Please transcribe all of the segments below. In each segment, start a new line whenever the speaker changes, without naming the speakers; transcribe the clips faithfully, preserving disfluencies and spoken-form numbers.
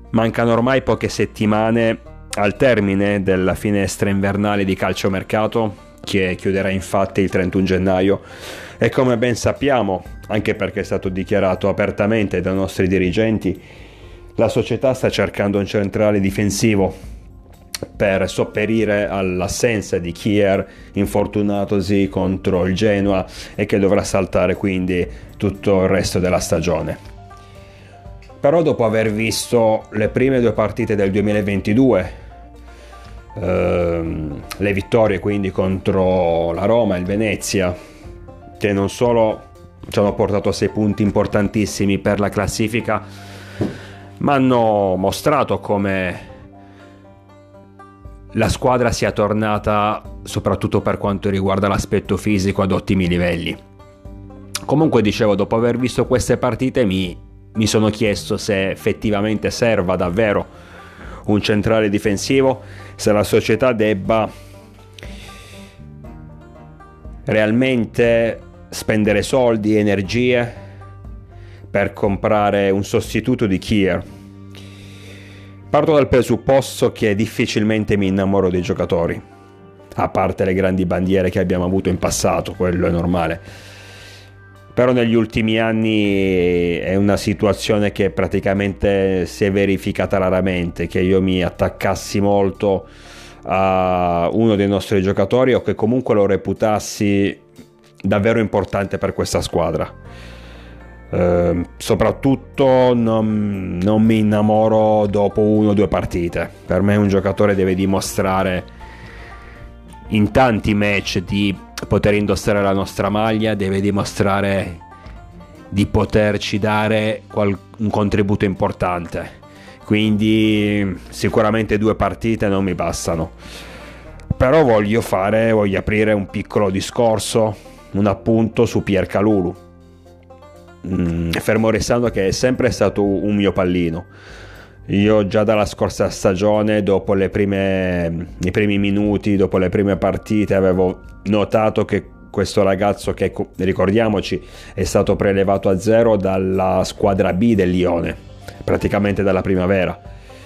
Mancano ormai poche settimane al termine della finestra invernale di calciomercato, che chiuderà infatti il trentuno gennaio, e come ben sappiamo, anche perché è stato dichiarato apertamente dai nostri dirigenti, la società sta cercando un centrale difensivo per sopperire all'assenza di Kier, infortunatosi contro il Genoa e che dovrà saltare quindi tutto il resto della stagione. Però dopo aver visto le prime due partite del duemilaventidue, ehm, le vittorie quindi contro la Roma e il Venezia, che non solo ci hanno portato a sei punti importantissimi per la classifica, ma hanno mostrato come la squadra sia tornata, soprattutto per quanto riguarda l'aspetto fisico, ad ottimi livelli. Comunque, dicevo, dopo aver visto queste partite mi Mi sono chiesto se effettivamente serva davvero un centrale difensivo, se la società debba realmente spendere soldi e energie per comprare un sostituto di Kier. Parto dal presupposto che difficilmente mi innamoro dei giocatori, a parte le grandi bandiere che abbiamo avuto in passato, quello è normale. Però negli ultimi anni è una situazione che praticamente si è verificata raramente, che io mi attaccassi molto a uno dei nostri giocatori o che comunque lo reputassi davvero importante per questa squadra. Eh, soprattutto non, non mi innamoro dopo una o due partite. Per me un giocatore deve dimostrare in tanti match di poter indossare la nostra maglia, deve dimostrare di poterci dare qual- un contributo importante, quindi sicuramente due partite non mi bastano. Però voglio fare voglio aprire un piccolo discorso, un appunto su Pierre Kalulu, mm, fermo restando che è sempre stato un mio pallino. Io già dalla scorsa stagione, dopo le prime, i primi minuti, dopo le prime partite, avevo notato che questo ragazzo, che ricordiamoci è stato prelevato a zero dalla squadra B del Lione, praticamente dalla primavera,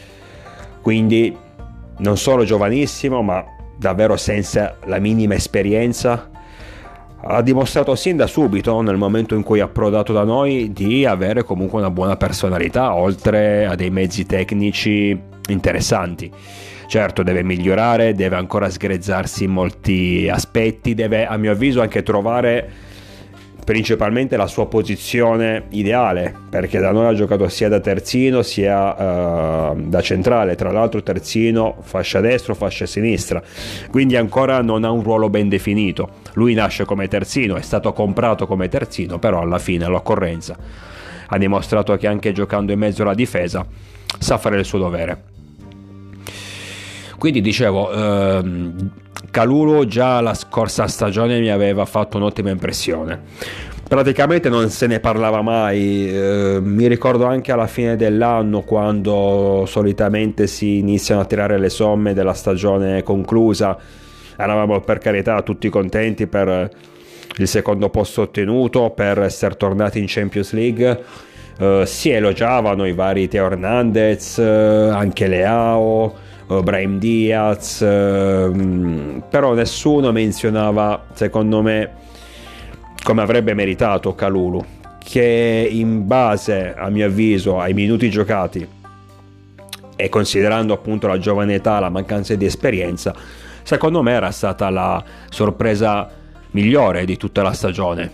quindi non solo giovanissimo ma davvero senza la minima esperienza, ha dimostrato sin da subito, nel momento in cui è approdato da noi, di avere comunque una buona personalità, oltre a dei mezzi tecnici interessanti. Certo, deve migliorare, deve ancora sgrezzarsi in molti aspetti, deve a mio avviso anche trovare principalmente la sua posizione ideale, perché da noi ha giocato sia da terzino sia uh, da centrale, tra l'altro terzino fascia destra o fascia sinistra, quindi ancora non ha un ruolo ben definito. Lui nasce come terzino, è stato comprato come terzino, però alla fine all'occorrenza ha dimostrato che anche giocando in mezzo alla difesa sa fare il suo dovere. Quindi dicevo, ehm, Kalulu già la scorsa stagione mi aveva fatto un'ottima impressione, praticamente non se ne parlava mai. Eh, mi ricordo anche alla fine dell'anno, quando solitamente si iniziano a tirare le somme della stagione conclusa, eravamo per carità tutti contenti per il secondo posto ottenuto, per essere tornati in Champions League. Eh, si elogiavano i vari Theo Hernandez, eh, anche Leao, Brahim Diaz, ehm, però nessuno menzionava, secondo me, come avrebbe meritato Kalulu, che in base, a mio avviso, ai minuti giocati e considerando appunto la giovane età, la mancanza di esperienza, secondo me era stata la sorpresa migliore di tutta la stagione,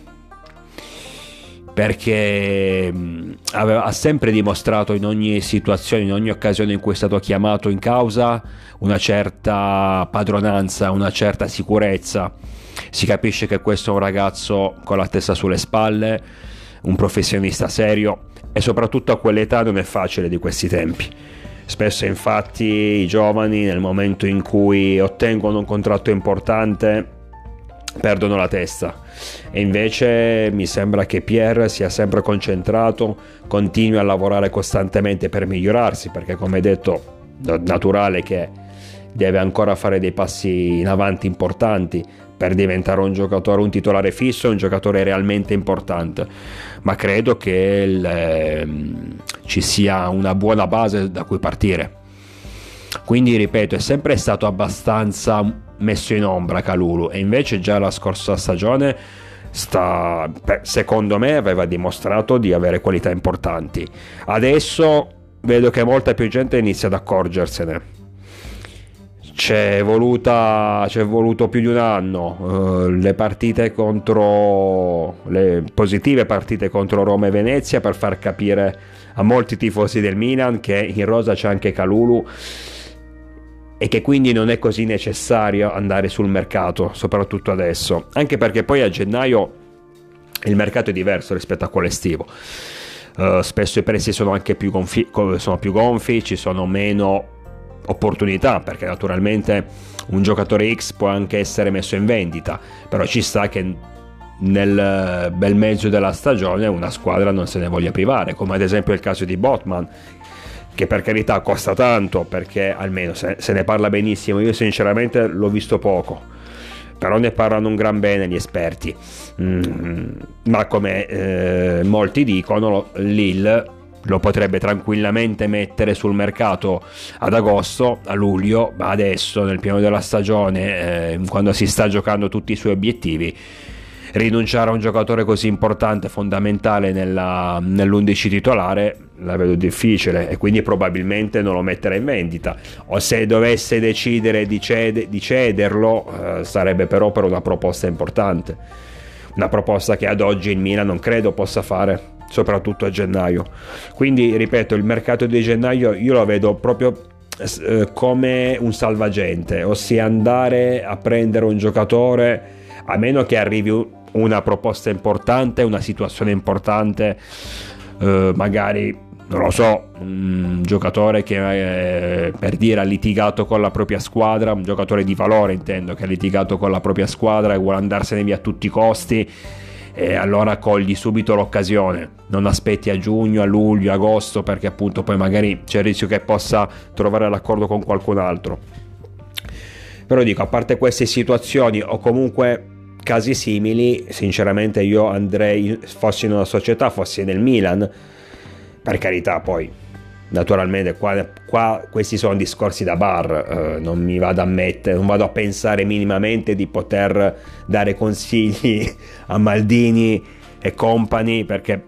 perché aveva, ha sempre dimostrato in ogni situazione, in ogni occasione in cui è stato chiamato in causa, una certa padronanza, una certa sicurezza. Si capisce che questo è un ragazzo con la testa sulle spalle, un professionista serio, e soprattutto a quell'età non è facile di questi tempi. Spesso infatti i giovani, nel momento in cui ottengono un contratto importante, perdono la testa, e invece mi sembra che Pierre sia sempre concentrato, continui a lavorare costantemente per migliorarsi, perché come detto è naturale che deve ancora fare dei passi in avanti importanti per diventare un giocatore, un titolare fisso, un giocatore realmente importante, ma credo che il, eh, ci sia una buona base da cui partire. Quindi ripeto, è sempre stato abbastanza messo in ombra Kalulu, e invece già la scorsa stagione sta, secondo me aveva dimostrato di avere qualità importanti. Adesso vedo che molta più gente inizia ad accorgersene. C'è voluta c'è voluto più di un anno, uh, le partite contro le positive partite contro Roma e Venezia per far capire a molti tifosi del Milan che in rosa c'è anche Kalulu e che quindi non è così necessario andare sul mercato, soprattutto adesso, anche perché poi a gennaio il mercato è diverso rispetto a quello estivo. Uh, spesso i prezzi sono anche più gonfi, sono più gonfi, ci sono meno opportunità, perché naturalmente un giocatore X può anche essere messo in vendita, però ci sta che nel bel mezzo della stagione una squadra non se ne voglia privare, come ad esempio il caso di Botman, che per carità costa tanto, perché almeno se, se ne parla benissimo. Io sinceramente l'ho visto poco, però ne parlano un gran bene gli esperti, mm, ma come eh, molti dicono, Lille lo potrebbe tranquillamente mettere sul mercato ad agosto, a luglio, ma adesso nel pieno della stagione, eh, quando si sta giocando tutti i suoi obiettivi, rinunciare a un giocatore così importante, fondamentale nella, nell'undici titolare, la vedo difficile, e quindi probabilmente non lo metterà in vendita, o se dovesse decidere di, cede, di cederlo, eh, sarebbe però per una proposta importante, una proposta che ad oggi il Milan non credo possa fare, soprattutto a gennaio. Quindi ripeto, il mercato di gennaio io lo vedo proprio eh, come un salvagente, ossia andare a prendere un giocatore, a meno che arrivi una proposta importante, una situazione importante, eh, magari non lo so, un giocatore che eh, per dire ha litigato con la propria squadra, un giocatore di valore intendo, che ha litigato con la propria squadra e vuole andarsene via a tutti i costi, e allora cogli subito l'occasione, non aspetti a giugno, a luglio, agosto, perché appunto poi magari c'è il rischio che possa trovare l'accordo con qualcun altro. Però dico, a parte queste situazioni o comunque casi simili, sinceramente io andrei, fossi in una società, fossi nel Milan, per carità, poi naturalmente qua, qua questi sono discorsi da bar, eh, non mi vado a mettere, non vado a pensare minimamente di poter dare consigli a Maldini e compagni, perché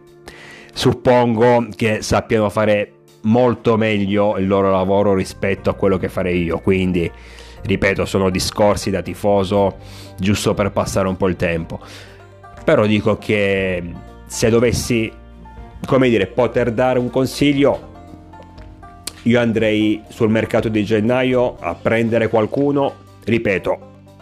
suppongo che sappiano fare molto meglio il loro lavoro rispetto a quello che farei io, quindi ripeto, sono discorsi da tifoso giusto per passare un po' il tempo. Però dico che se dovessi, come dire, poter dare un consiglio, io andrei sul mercato di gennaio a prendere qualcuno, ripeto,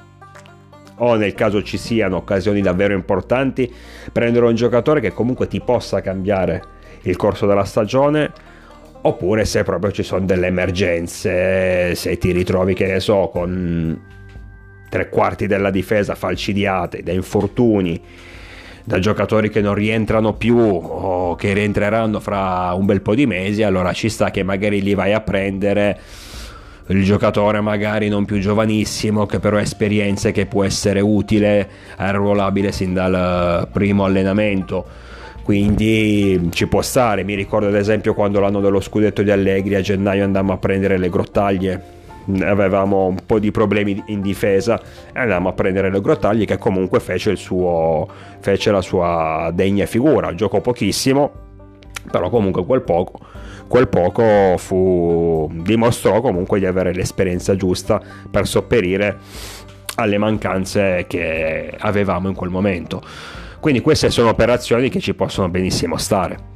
o nel caso ci siano occasioni davvero importanti, prendere un giocatore che comunque ti possa cambiare il corso della stagione, oppure se proprio ci sono delle emergenze, se ti ritrovi, che ne so, con tre quarti della difesa falcidiate da infortuni, da giocatori che non rientrano più o che rientreranno fra un bel po' di mesi, allora ci sta che magari li vai a prendere il giocatore magari non più giovanissimo, che però ha esperienze, che può essere utile, arruolabile sin dal primo allenamento, quindi ci può stare. Mi ricordo ad esempio quando l'anno dello scudetto di Allegri, a gennaio andammo a prendere le Grottaglie, avevamo un po' di problemi in difesa e andammo a prendere le Grottaglie, che comunque fece il suo fece la sua degna figura, giocò pochissimo, però comunque quel poco quel poco fu dimostrò comunque di avere l'esperienza giusta per sopperire alle mancanze che avevamo in quel momento. Quindi queste sono operazioni che ci possono benissimo stare.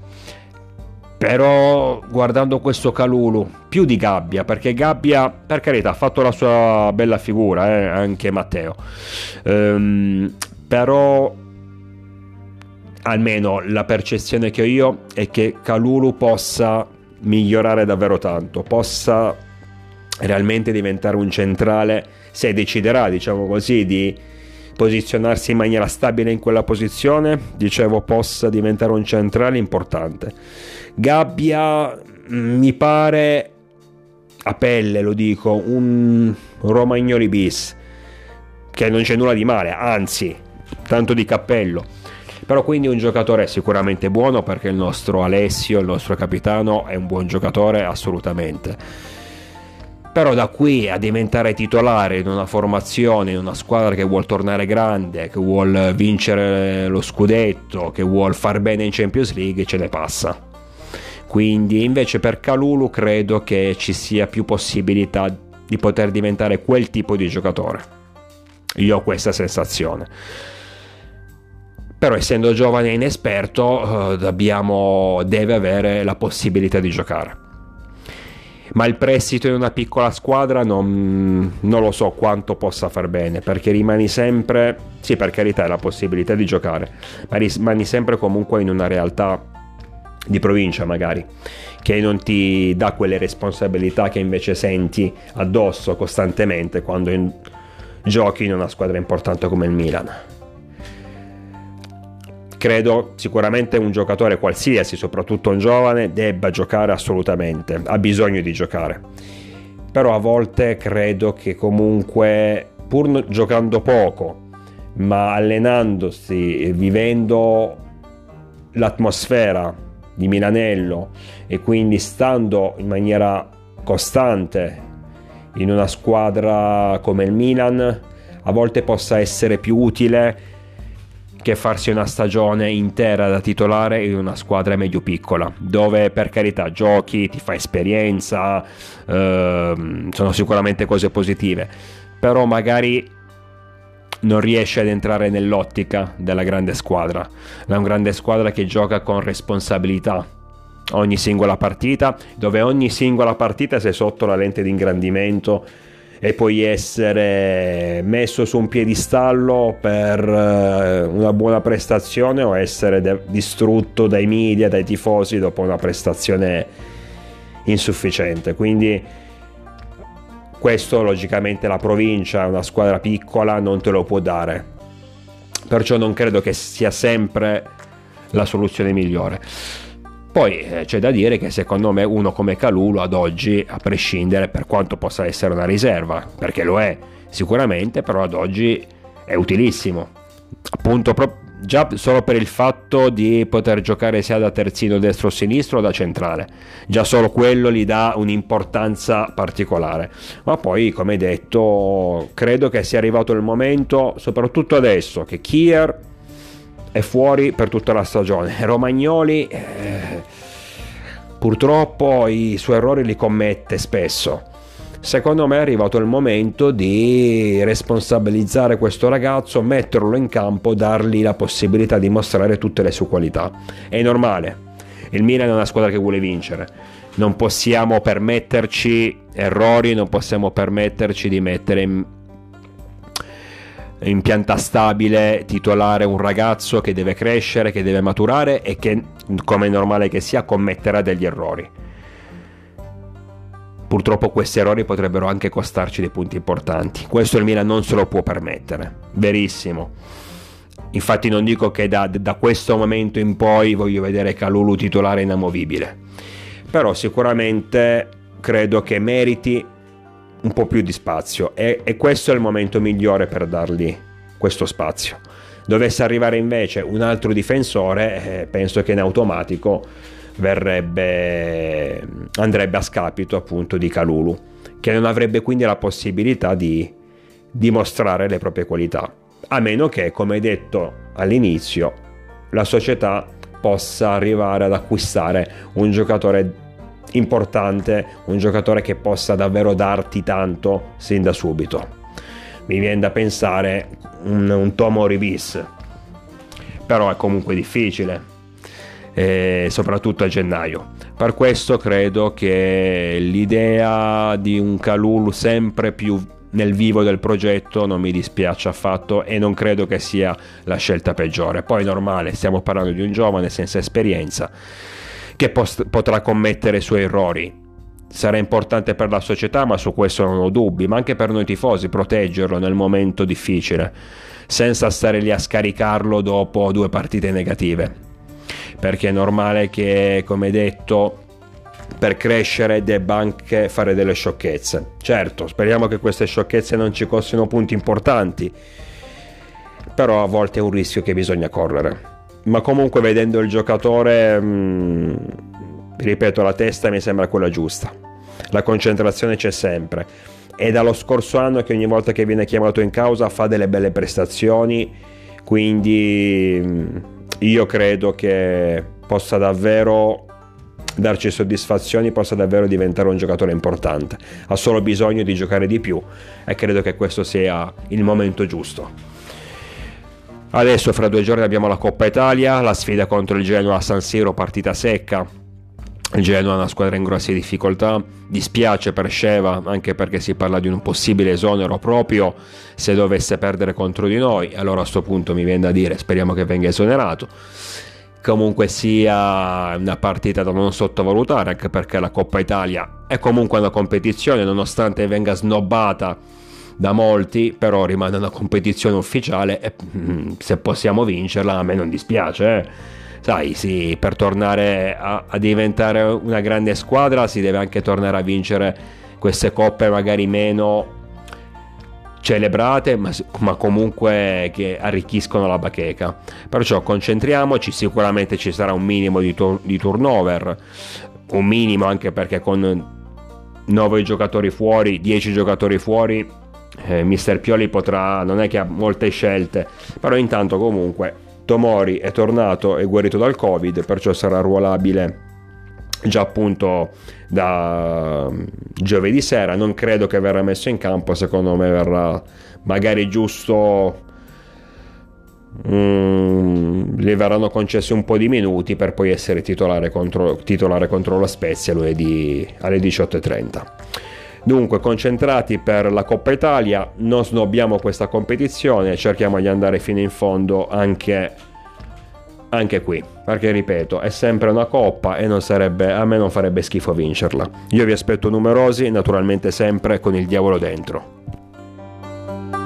Però guardando questo Kalulu, più di Gabbia, perché Gabbia per carità ha fatto la sua bella figura, eh, anche Matteo, ehm, però almeno la percezione che ho io è che Kalulu possa migliorare davvero tanto, possa realmente diventare un centrale, se deciderà, diciamo così, di posizionarsi in maniera stabile in quella posizione, dicevo, possa diventare un centrale importante. Gabbia mi pare, a pelle lo dico, un Romagnoli bis, che non c'è nulla di male, anzi, tanto di cappello. Però quindi un giocatore sicuramente buono, perché il nostro Alessio, il nostro capitano, è un buon giocatore assolutamente. Però da qui a diventare titolare in una formazione, in una squadra che vuol tornare grande, che vuol vincere lo scudetto, che vuol far bene in Champions League, ce ne passa. Quindi invece per Kalulu credo che ci sia più possibilità di poter diventare quel tipo di giocatore. Io ho questa sensazione. Però essendo giovane e inesperto, eh, abbiamo, deve avere la possibilità di giocare. Ma il prestito in una piccola squadra non, non lo so quanto possa far bene, perché rimani sempre, sì, per carità, è la possibilità di giocare, ma rimani sempre comunque in una realtà di provincia magari, che non ti dà quelle responsabilità che invece senti addosso costantemente quando in, giochi in una squadra importante come il Milan. Credo sicuramente un giocatore qualsiasi, soprattutto un giovane, debba giocare assolutamente, ha bisogno di giocare. Però a volte credo che comunque, pur no, giocando poco, ma allenandosi, vivendo l'atmosfera di Milanello e quindi stando in maniera costante in una squadra come il Milan, a volte possa essere più utile che farsi una stagione intera da titolare in una squadra medio-piccola, dove per carità giochi, ti fai esperienza, ehm, sono sicuramente cose positive, però magari non riesci ad entrare nell'ottica della grande squadra, la grande squadra che gioca con responsabilità ogni singola partita, dove ogni singola partita sei sotto la lente di ingrandimento e puoi essere messo su un piedistallo per una buona prestazione o essere de- distrutto dai media, dai tifosi dopo una prestazione insufficiente. Quindi questo logicamente la provincia, una squadra piccola, non te lo può dare, perciò non credo che sia sempre la soluzione migliore. Poi eh, c'è da dire che secondo me uno come Kalulu ad oggi, a prescindere, per quanto possa essere una riserva, perché lo è sicuramente, però ad oggi è utilissimo, appunto pro- già solo per il fatto di poter giocare sia da terzino destro o sinistro o da centrale, già solo quello gli dà un'importanza particolare. Ma poi, come detto, credo che sia arrivato il momento, soprattutto adesso che Kier è fuori per tutta la stagione, Romagnoli eh, purtroppo i suoi errori li commette spesso. Secondo me è arrivato il momento di responsabilizzare questo ragazzo, metterlo in campo, dargli la possibilità di mostrare tutte le sue qualità. È normale, il Milan è una squadra che vuole vincere, non possiamo permetterci errori, non possiamo permetterci di mettere in in pianta stabile titolare un ragazzo che deve crescere, che deve maturare e che, come è normale che sia, commetterà degli errori. Purtroppo questi errori potrebbero anche costarci dei punti importanti. Questo il Milan non se lo può permettere, verissimo. Infatti non dico che da, da questo momento in poi voglio vedere Kalulu titolare inamovibile, però sicuramente credo che meriti un po' più di spazio e, e questo è il momento migliore per dargli questo spazio. Dovesse arrivare invece un altro difensore, eh, penso che in automatico verrebbe andrebbe a scapito appunto di Kalulu, che non avrebbe quindi la possibilità di dimostrare le proprie qualità, a meno che, come detto all'inizio, la società possa arrivare ad acquistare un giocatore importante, un giocatore che possa davvero darti tanto sin da subito. Mi viene da pensare un, un Tomori bis, però è comunque difficile, e soprattutto a gennaio. Per questo credo che l'idea di un Kalulu sempre più nel vivo del progetto non mi dispiace affatto e non credo che sia la scelta peggiore. Poi è normale, stiamo parlando di un giovane senza esperienza che post- potrà commettere i suoi errori. Sarà importante per la società, ma su questo non ho dubbi, ma anche per noi tifosi, proteggerlo nel momento difficile, senza stare lì a scaricarlo dopo due partite negative, perché è normale che, come detto, per crescere debba anche fare delle sciocchezze. Certo, speriamo che queste sciocchezze non ci costino punti importanti, però a volte è un rischio che bisogna correre. Ma comunque, vedendo il giocatore, mh, ripeto, la testa mi sembra quella giusta, la concentrazione c'è sempre. È dallo scorso anno che ogni volta che viene chiamato in causa fa delle belle prestazioni, quindi io credo che possa davvero darci soddisfazioni, possa davvero diventare un giocatore importante. Ha solo bisogno di giocare di più e credo che questo sia il momento giusto. Adesso fra due giorni abbiamo la Coppa Italia, la sfida contro il Genoa a San Siro, partita secca. Il Genoa è una squadra in grosse difficoltà, dispiace per Sheva, anche perché si parla di un possibile esonero proprio se dovesse perdere contro di noi. Allora a sto punto mi viene da dire speriamo che venga esonerato. Comunque sia una partita da non sottovalutare, anche perché la Coppa Italia è comunque una competizione, nonostante venga snobbata da molti, però rimane una competizione ufficiale e se possiamo vincerla a me non dispiace, eh. Sai, sì, per tornare a, a diventare una grande squadra si deve anche tornare a vincere queste coppe magari meno celebrate, ma, ma comunque che arricchiscono la bacheca. Perciò concentriamoci, sicuramente ci sarà un minimo di, tur- di turnover, un minimo anche perché con nove giocatori fuori, dieci giocatori fuori, eh, mister Pioli potrà, non è che ha molte scelte, però intanto comunque Tomori è tornato e guarito dal Covid, perciò sarà arruolabile già appunto da giovedì sera. Non credo che verrà messo in campo, secondo me verrà magari giusto, mm, gli verranno concessi un po' di minuti per poi essere titolare contro, titolare contro la Spezia lunedì alle diciotto e trenta. Dunque concentrati per la Coppa Italia, non snobbiamo questa competizione, cerchiamo di andare fino in fondo anche, anche qui, perché ripeto è sempre una coppa e non sarebbe, a me non farebbe schifo vincerla. Io vi aspetto numerosi, naturalmente sempre con il diavolo dentro.